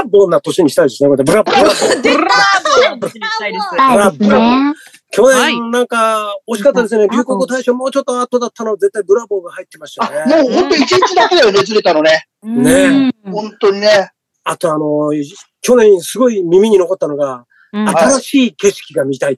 ラボーな年にしたいですね。ブラボー。 ブラボーにしたいです。 ブラボー。去年なんか惜しかったですね。流行語大賞もうちょっと後だったの絶対ブラボーが入ってましたね。 もう本当一日だけだよね、ずれたのね。 ねえ。本当にね。 あと去年すごい耳に残ったのが、新しい景色が見たいって。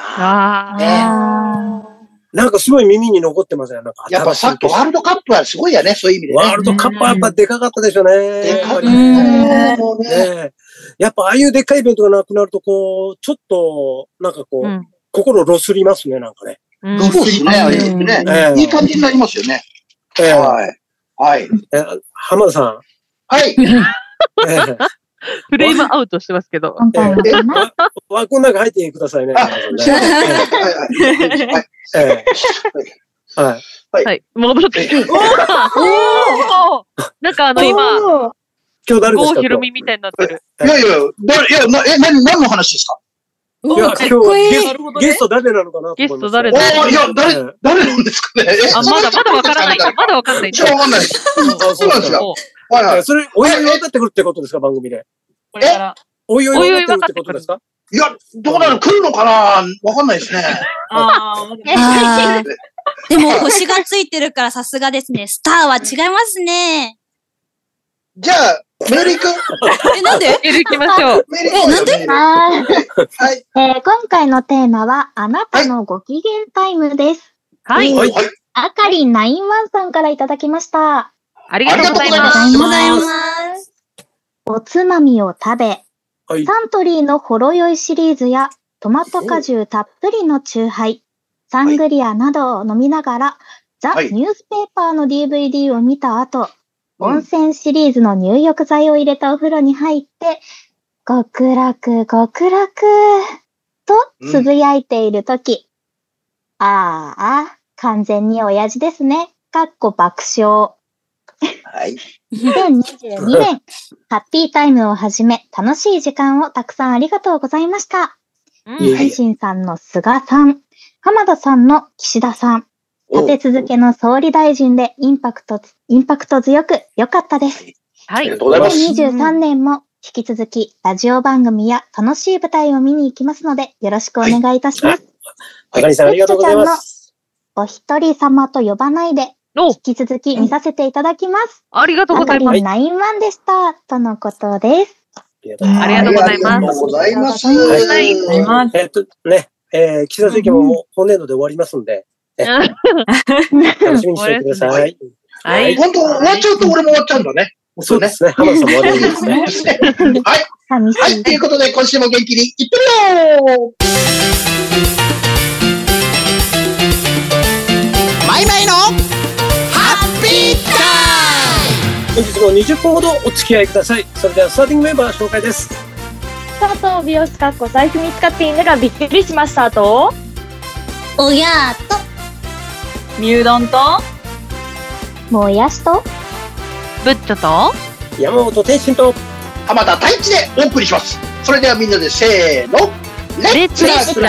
なんかすごい耳に残ってますよ。なんかやっぱさっきワールドカップはすごいやね、そういう意味でね。 ワールドカップはやっぱでかかったでしょうね。 でかかったね。 やっぱああいうでっかいイベントがなくなると、こう、ちょっと、なんかこう、心ロスりますね、なんかね。 ロスりね、いい感じになりますよね。はい。 浜田さん。 はい。 フレームアウトしてますけど。 枠の中入ってくださいね。はい。 戻ってきて。なんか今、 今日誰ですか？ 郷ひろみみたいになってる。 いや、何の話ですか？ いや、今日ゲスト誰なのかな？ ゲスト誰だ？ いや、誰なんですかね？ まだわからない。まだわかんない。 わかんない。そうなんですよ。 それ、おいおい分かってくるってことですか、番組で。おいおい分かってくるってことですか？ いや、どうなる来るのかな？わかんないですね。 でも、星がついてるからさすがですね。スターは違いますね。 じゃあ、メール行く？ なんで？ メール行きましょう。 なんで？ はい。今回のテーマは、あなたのご機嫌タイムです。 はい。 あかりん9-1さんからいただきました。 ありがとうございます。 ありがとうございます。 おつまみを食べ、サントリーのほろ酔いシリーズやトマト果汁たっぷりのチューハイ、サングリアなどを飲みながら、ザ・ニュースペーパーの DVD を見た後、温泉シリーズの入浴剤を入れたお風呂に入って、極楽、極楽、とつぶやいているとき、完全に親父ですね。爆笑。 はい。 2022年、ハッピータイムをはじめ、楽しい時間をたくさんありがとうございました。配信さんの菅さん、浜田さんの岸田さん、立て続けの総理大臣でインパクト強く良かったです。 はい。 2023年も引き続きラジオ番組や楽しい舞台を見に行きますので、よろしくお願いいたします。 あかりさんありがとうございます。 お一人様と呼ばないで、引き続き見させていただきます。 ありがとうございます。 あかりん9-1でした。とのことです。 ありがとうございます。 ありがとうございます。 ね、岸田政権ももう本年度で終わりますんで、楽しみにしていてください。 はい。 本当、終わっちゃうと俺も終わっちゃうんだね。 そうですね。浜田さんも終わりですね。 はい。はい。ということで、今週も元気にいってみよう！ マイマイのハッピータイム！ 本日も20分ほどお付き合いください。それではスターティングメンバー紹介です。 佐藤美容師財布見つかっていいのがびっくりしましたと、 おやーと、 みうどんと、 もやしと、 ぶっちょと、 山本天心と、 浜田太一でお送りします。それではみんなでせーの、レッツラー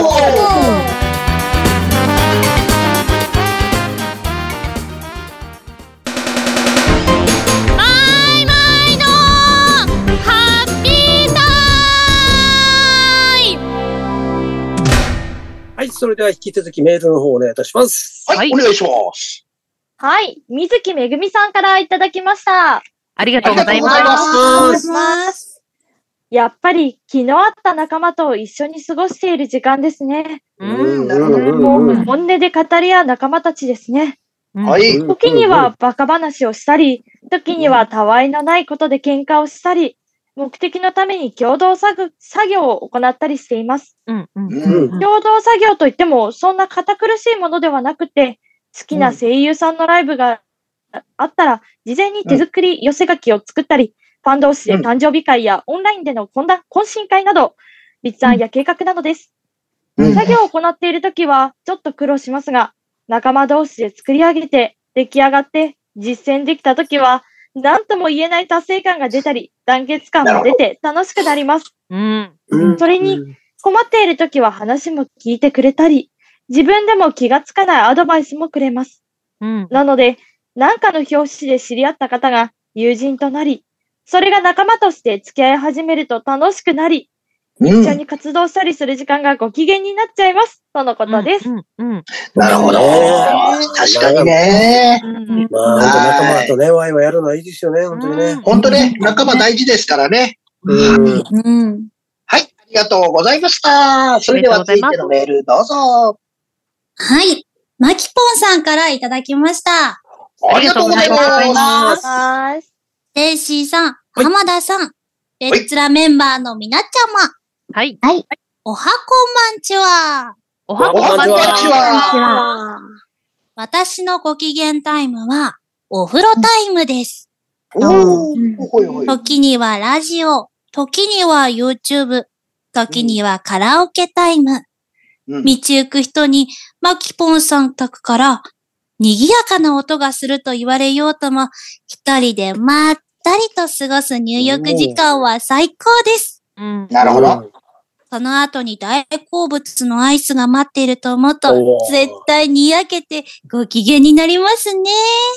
はい、それでは引き続きメールの方をお願いいたします。 はい、お願いします。 はい、水木めぐみさんからいただきました。 ありがとうございます。 お願いします。 やっぱり昨日会った仲間と一緒に過ごしている時間ですね。もう本音で語り合う仲間たちですね。 はい。 時にはバカ話をしたり、時にはたわいのないことで喧嘩をしたり、目的のために共同作業を行ったりしています。共同作業といっても、そんな堅苦しいものではなくて、好きな声優さんのライブがあったら、事前に手作り寄せ書きを作ったり、ファン同士で誕生日会やオンラインでの懇親会など、立案や計画などです。作業を行っているときは、ちょっと苦労しますが、仲間同士で作り上げて、出来上がって、実践できたときは、何とも言えない達成感が出たり、団結感も出て楽しくなります。それに、困っているときは話も聞いてくれたり、自分でも気がつかないアドバイスもくれます。なので、何かの表紙で知り合った方が友人となり、 それが仲間として付き合い始めると楽しくなり、一緒に活動したりする時間がご機嫌になっちゃいます。とのことです。 なるほど。確かにね。 まあ、仲間とね、ワイワイやるのはいいですよね、本当にね。 本当ね、仲間大事ですからね。はい、ありがとうございました。それでは続いてのメールどうぞ。 はい。マキポンさんからいただきました。 ありがとうございます。 レイシーさん、浜田さん、レッツラメンバーの皆ちゃま。 はい。 はい。 おはこんばんちは。 おはこんばんちは。 私のご機嫌タイムは、お風呂タイムです。時にはラジオ、時には YouTube、時にはカラオケタイム。道行く人に、マキポンさん宅から、賑やかな音がすると言われようとも、一人でまったりと過ごす入浴時間は最高です。 なるほど。 その後に大好物のアイスが待っていると思うと、絶対にやけてご機嫌になりますね。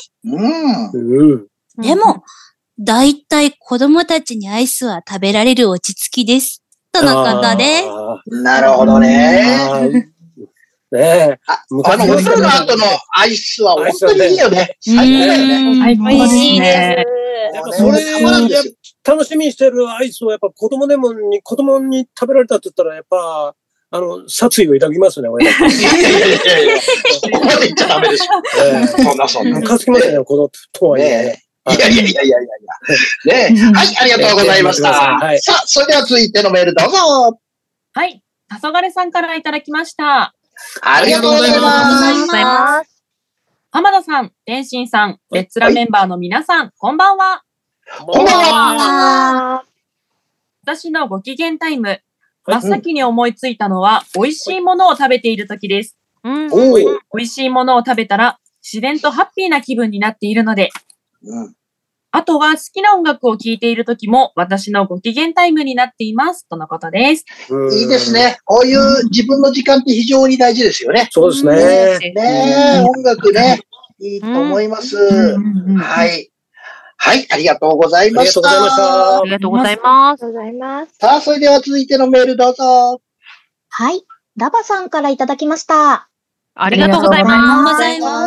でも、だいたい子供たちにアイスは食べられる落ち着きです。とのことで。 なるほどね。ねえ。お風呂の後のアイスは本当にいいよね。最高だよね。 最高ですね。 やっぱそれ楽しみにしてるアイスをやっぱ子供に食べられたって言ったらやっぱ殺意を抱きますね、俺。 いや、そこまで言っちゃダメでしょ。そんな。 ムカつきますね、子供とはいえ。 いや。ねはい、ありがとうございました。さあ、それでは続いてのメールどうぞ。 はい、黄昏さんからいただきました。 ありがとうございます。 浜田さん、天心さん、レッツラメンバーの皆さん、こんばんは。 こんばんは。 私のご機嫌タイム、真っ先に思いついたのは、美味しいものを食べている時です。美味しいものを食べたら、自然とハッピーな気分になっているので、あとは好きな音楽を聴いている時も私のご機嫌タイムになっています。とのことです。 いいですね。こういう自分の時間って非常に大事ですよね。 そうですね。 音楽ね。いいと思います。はい。はい、ありがとうございました。 ありがとうございます。 さあ、それでは続いてのメールどうぞ。 はい。ラバさんからいただきました。 ありがとうございます。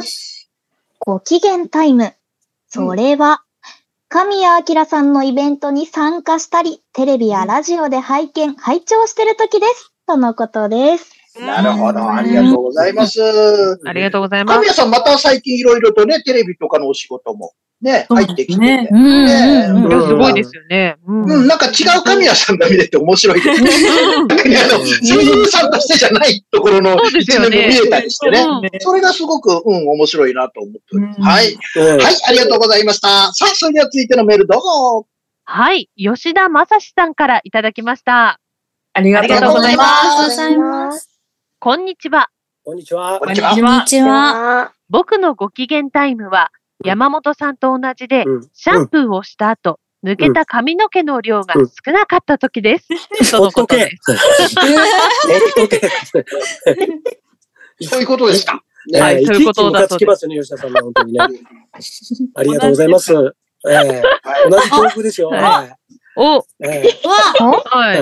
ご機嫌タイム。それは、神谷明さんのイベントに参加したり、テレビやラジオで拝聴してる時です。とのことです。 なるほど。ありがとうございます。 ありがとうございます。 神谷さんまた最近いろいろとね、テレビとかのお仕事もね、入ってきてて。 すごいですよね。 なんか違う神谷さんが見れて面白いですね。声優さんとしてじゃないところの一面も見えたりしてね。それがすごく、面白いなと思っております。はい。はい、ありがとうございました。さあ、それでは続いてのメールどうぞ。 はい、吉田正史さんからいただきました。 ありがとうございます。 こんにちは。 こんにちは。 こんにちは。 僕のご機嫌タイムは、山本さんと同じで、シャンプーをした後、抜けた髪の毛の量が少なかった時です。 そのことです。 そういうことですか。 はい、そういうことだと。いちいちムカつきますね、吉田さんは本当にね。ありがとうございます。同じ教育ですよ。 おはい。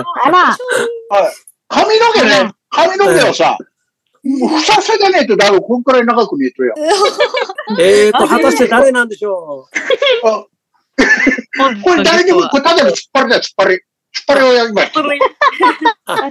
あら。 髪の毛ね。髪の毛をさ、ふさふさじゃねえとだろう、こんくらい長く見えとるや。果たして誰なんでしょう。 これ誰にも、これただの突っ張りだよ、突っ張り。突っ張りをやりました。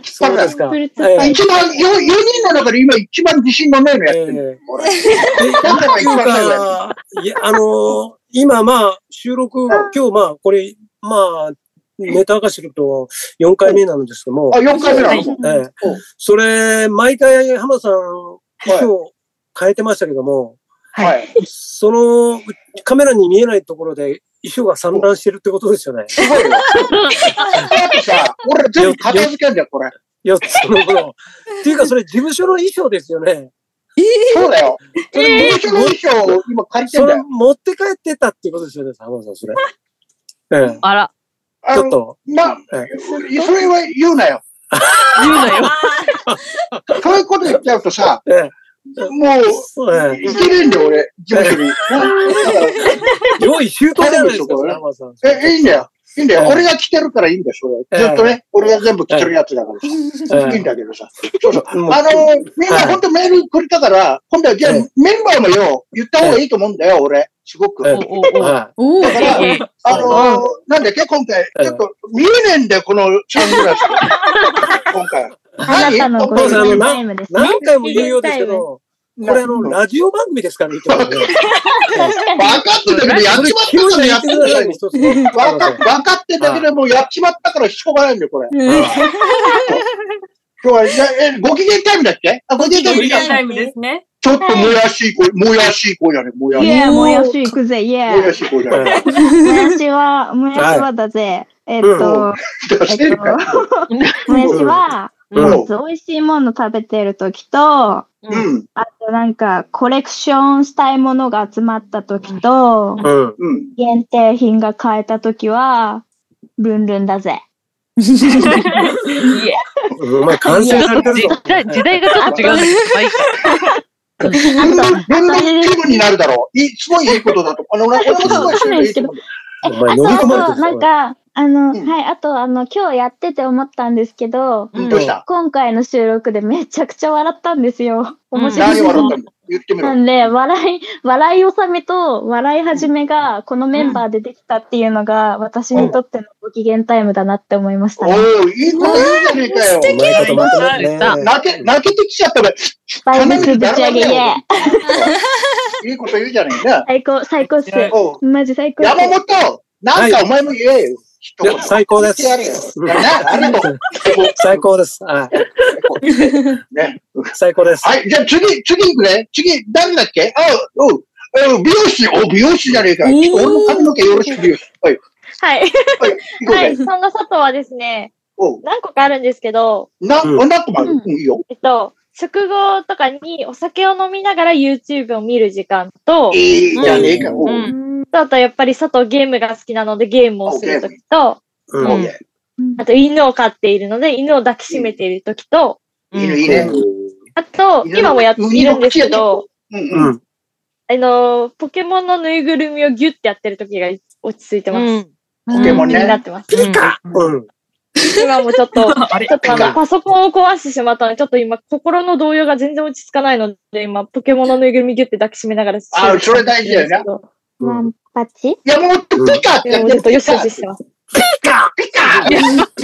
そうですか。 一番、4人の中で今一番自信のないのやってる。だから一番ないの。今収録、今日これ、ネタ明かしすると4回目なんですけども。 4回目なの？ それ、毎回浜田さん、衣装変えてましたけども、そのカメラに見えないところで衣装が散乱してるってことですよね。 すごいよ。だってさ、俺全部片付けんだよ、これ。 4つのもの。っていうか、それ事務所の衣装ですよね。 そうだよ。それ事務所の衣装を今借りてんだよ。 それ持って帰ってたっていうことですよね、浜田さん、それ。 あら。 ちょっと。 それは言うなよ。 言うなよ。 そういうこと言っちゃうとさ、もう、生きれんだよ、俺、事務所に。 用意周到じゃないですか、浜田さん。 いいんだよ。 いいんだよ。俺が着てるからいいんだよ、それ。ずっとね、俺が全部着てるやつだから。いいんだけどさ。そうそう。みんな本当メールくれたから、今度はじゃあメンバーもよ、言った方がいいと思うんだよ、俺。すごく。だから、なんだっけ、今回、ちょっと見えねえんだよ、このサングラス。今回。 あなたのご機嫌タイムですね。 何回も言うようですけど、これラジオ番組ですからね、 分かってたけど、やっちまったからやってください。分かってたけど、もうやっちまったからしょうがないんだよ、これ。今日は、ご機嫌タイムだっけ？ご機嫌タイムですね。 ちょっともやしい子やね、もやし。 いや、もやし行くぜ、いや。 もやしい子じゃね。 もやしはだぜ。もやしは、美味しいもの食べてるときと、あとなんかコレクションしたいものが集まったときと、限定品が買えたときは、ルンルンだぜ。 お前完成されてるぞ。 時代がちょっと違うんですルンルン気分になるだろう。すごいいいことだと。俺もすごい知るいいと思う。 なんか、はい、あと、今日やってて思ったんですけど、 どうした？ 今回の収録でめちゃくちゃ笑ったんですよ。面白い。 何笑ったの？言ってみろ。 なんで、笑い納めと笑い始めが、このメンバーでできたっていうのが、私にとってのご機嫌タイムだなって思いましたね。 おー、いいこと言うじゃねえかよ。 素敵な。泣けてきちゃったね。 バイブスぶち上げ、イェいいこと言うじゃねえか。 最高っす。マジ最高っす。 山本、なんかお前も言えよ。 最高です。最高です。最高です。 はい、じゃあ次行くね。次、誰だっけ？美容師じゃねえか。俺の髪の毛よろしく美容師。はい。 はい。はい。そんな外はですね、何個かあるんですけど。 何個もある？いいよ。 食後とかにお酒を飲みながら YouTube を見る時間と、 いいじゃねえか。 あとやっぱり外ゲームが好きなのでゲームをするときと、あと犬を飼っているので犬を抱きしめているときと、 いいね。 あと、今もやっているんですけど、ポケモンのぬいぐるみをギュッてやってるときが落ち着いてます。 ポケモンね。 なってます。 ピカ！ 今もちょっとパソコンを壊してしまったので、ちょっと今、心の動揺が全然落ち着かないので、今、ポケモンのぬいぐるみギュッて抱きしめながら。 それ大事だよね。 ワンパチ？ いや、もう、ピカってやってる。 ちょっとよしよししてます。 ピカで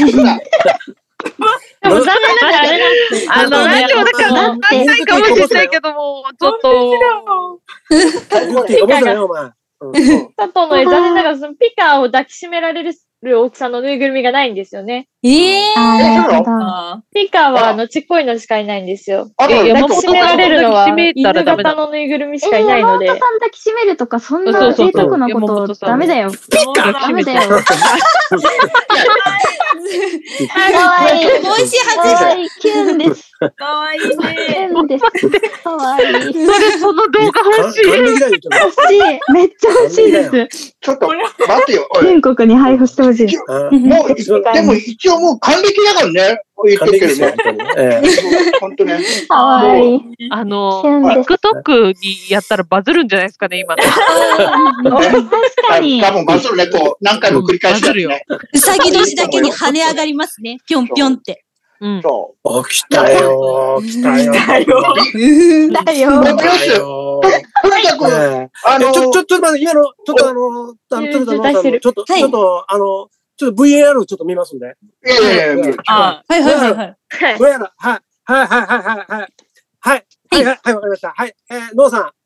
も残念ながらあれなんです。 ラジオだから何回かもしれないけども、ちょっと。 ピカが、佐藤の残念ながらそのピカを抱きしめられる大きさのぬいぐるみがないんですよね。 ピカはちっこいのしかいないんですよ。抱きしめられるのは犬型のぬいぐるみしかいないので。 山本さん抱きしめるとかそんな贅沢なことダメだよ。 ピカダメだよ。 かわいい。美味しいはず。 かわいい。キュンです。 かわいいね。 キュンです。かわいい。 その動画欲しい。 欲しい。めっちゃ欲しいです。 ちょっと、待ってよ。 全国に配布してほしい。 でも一応もう還暦だからね。言ってるけどね。本当ね。 かわいい。 TikTok にやったらバズるんじゃないですかね、今。 確かに。 多分バズるね、こう、何回も繰り返してるよ。 うさぎ年だけに跳ね上がりますね。ぴょんぴょんって。 そう。 来たよ。 来たよ。 だよ。 とにかく、 ちょっと待って、今の、ちょっとちょっと VAR をちょっと見ますんで。 いや。 はい。 VAR、はい、わかりました。はい、ノーさん。 はい。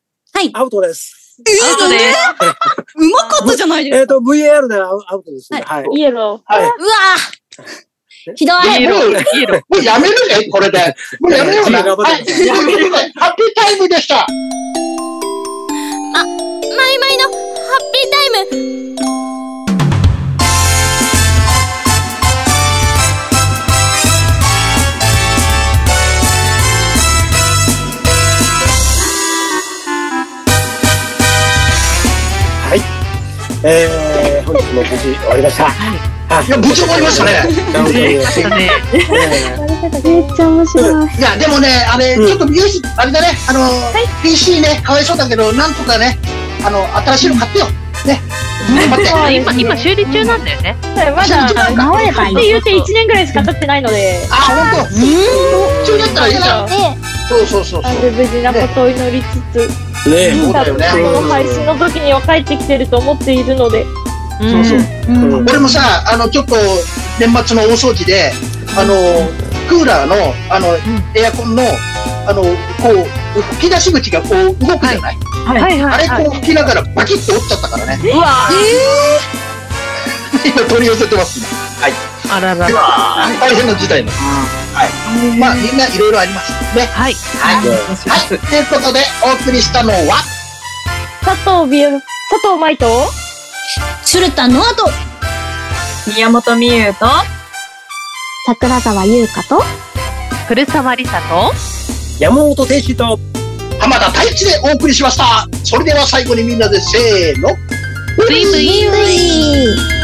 アウトです。 アウトです。 うまかったじゃないですか。 VAR でアウトですね。はい。 イエロー。 うわひどい。 もうやめるね、これで。もうやめような。はい。ハッピータイムでした。 マイマイのハッピータイム。 本日も無事終わりました。 いや、無事終わりましたね。 めっちゃ面白い。 いや、でもね、ちょっと美容師、あれだね、PC ね、かわいそうだけど、なんとかね、新しいの買ってよ。 ね。 今修理中なんだよね。 まだ治ればいいって言って1年ぐらいしか経ってないので。 あ、本当。中だったらいいじゃん。そう。 なんで無事なことを祈りつつ。 ね、そうだよね。 この配信の時には帰ってきてると思っているので。 そう。俺もさ、ちょっと年末の大掃除で、クーラーの、エアコンの、こう、吹き出し口がこう動くじゃない？あれこう吹きながらバキッと折っちゃったからね。 うわ今取り寄せてます。はい。 あらら。 大変な事態の。はい。まあみんないろいろありますね。 はい。 はい。ということでお送りしたのは佐藤舞と鶴田ノアと宮本美優と桜沢優香と古澤理沙と山本天使と浜田太一でお送りしました。それでは最後にみんなでせーの。 ブイブイ。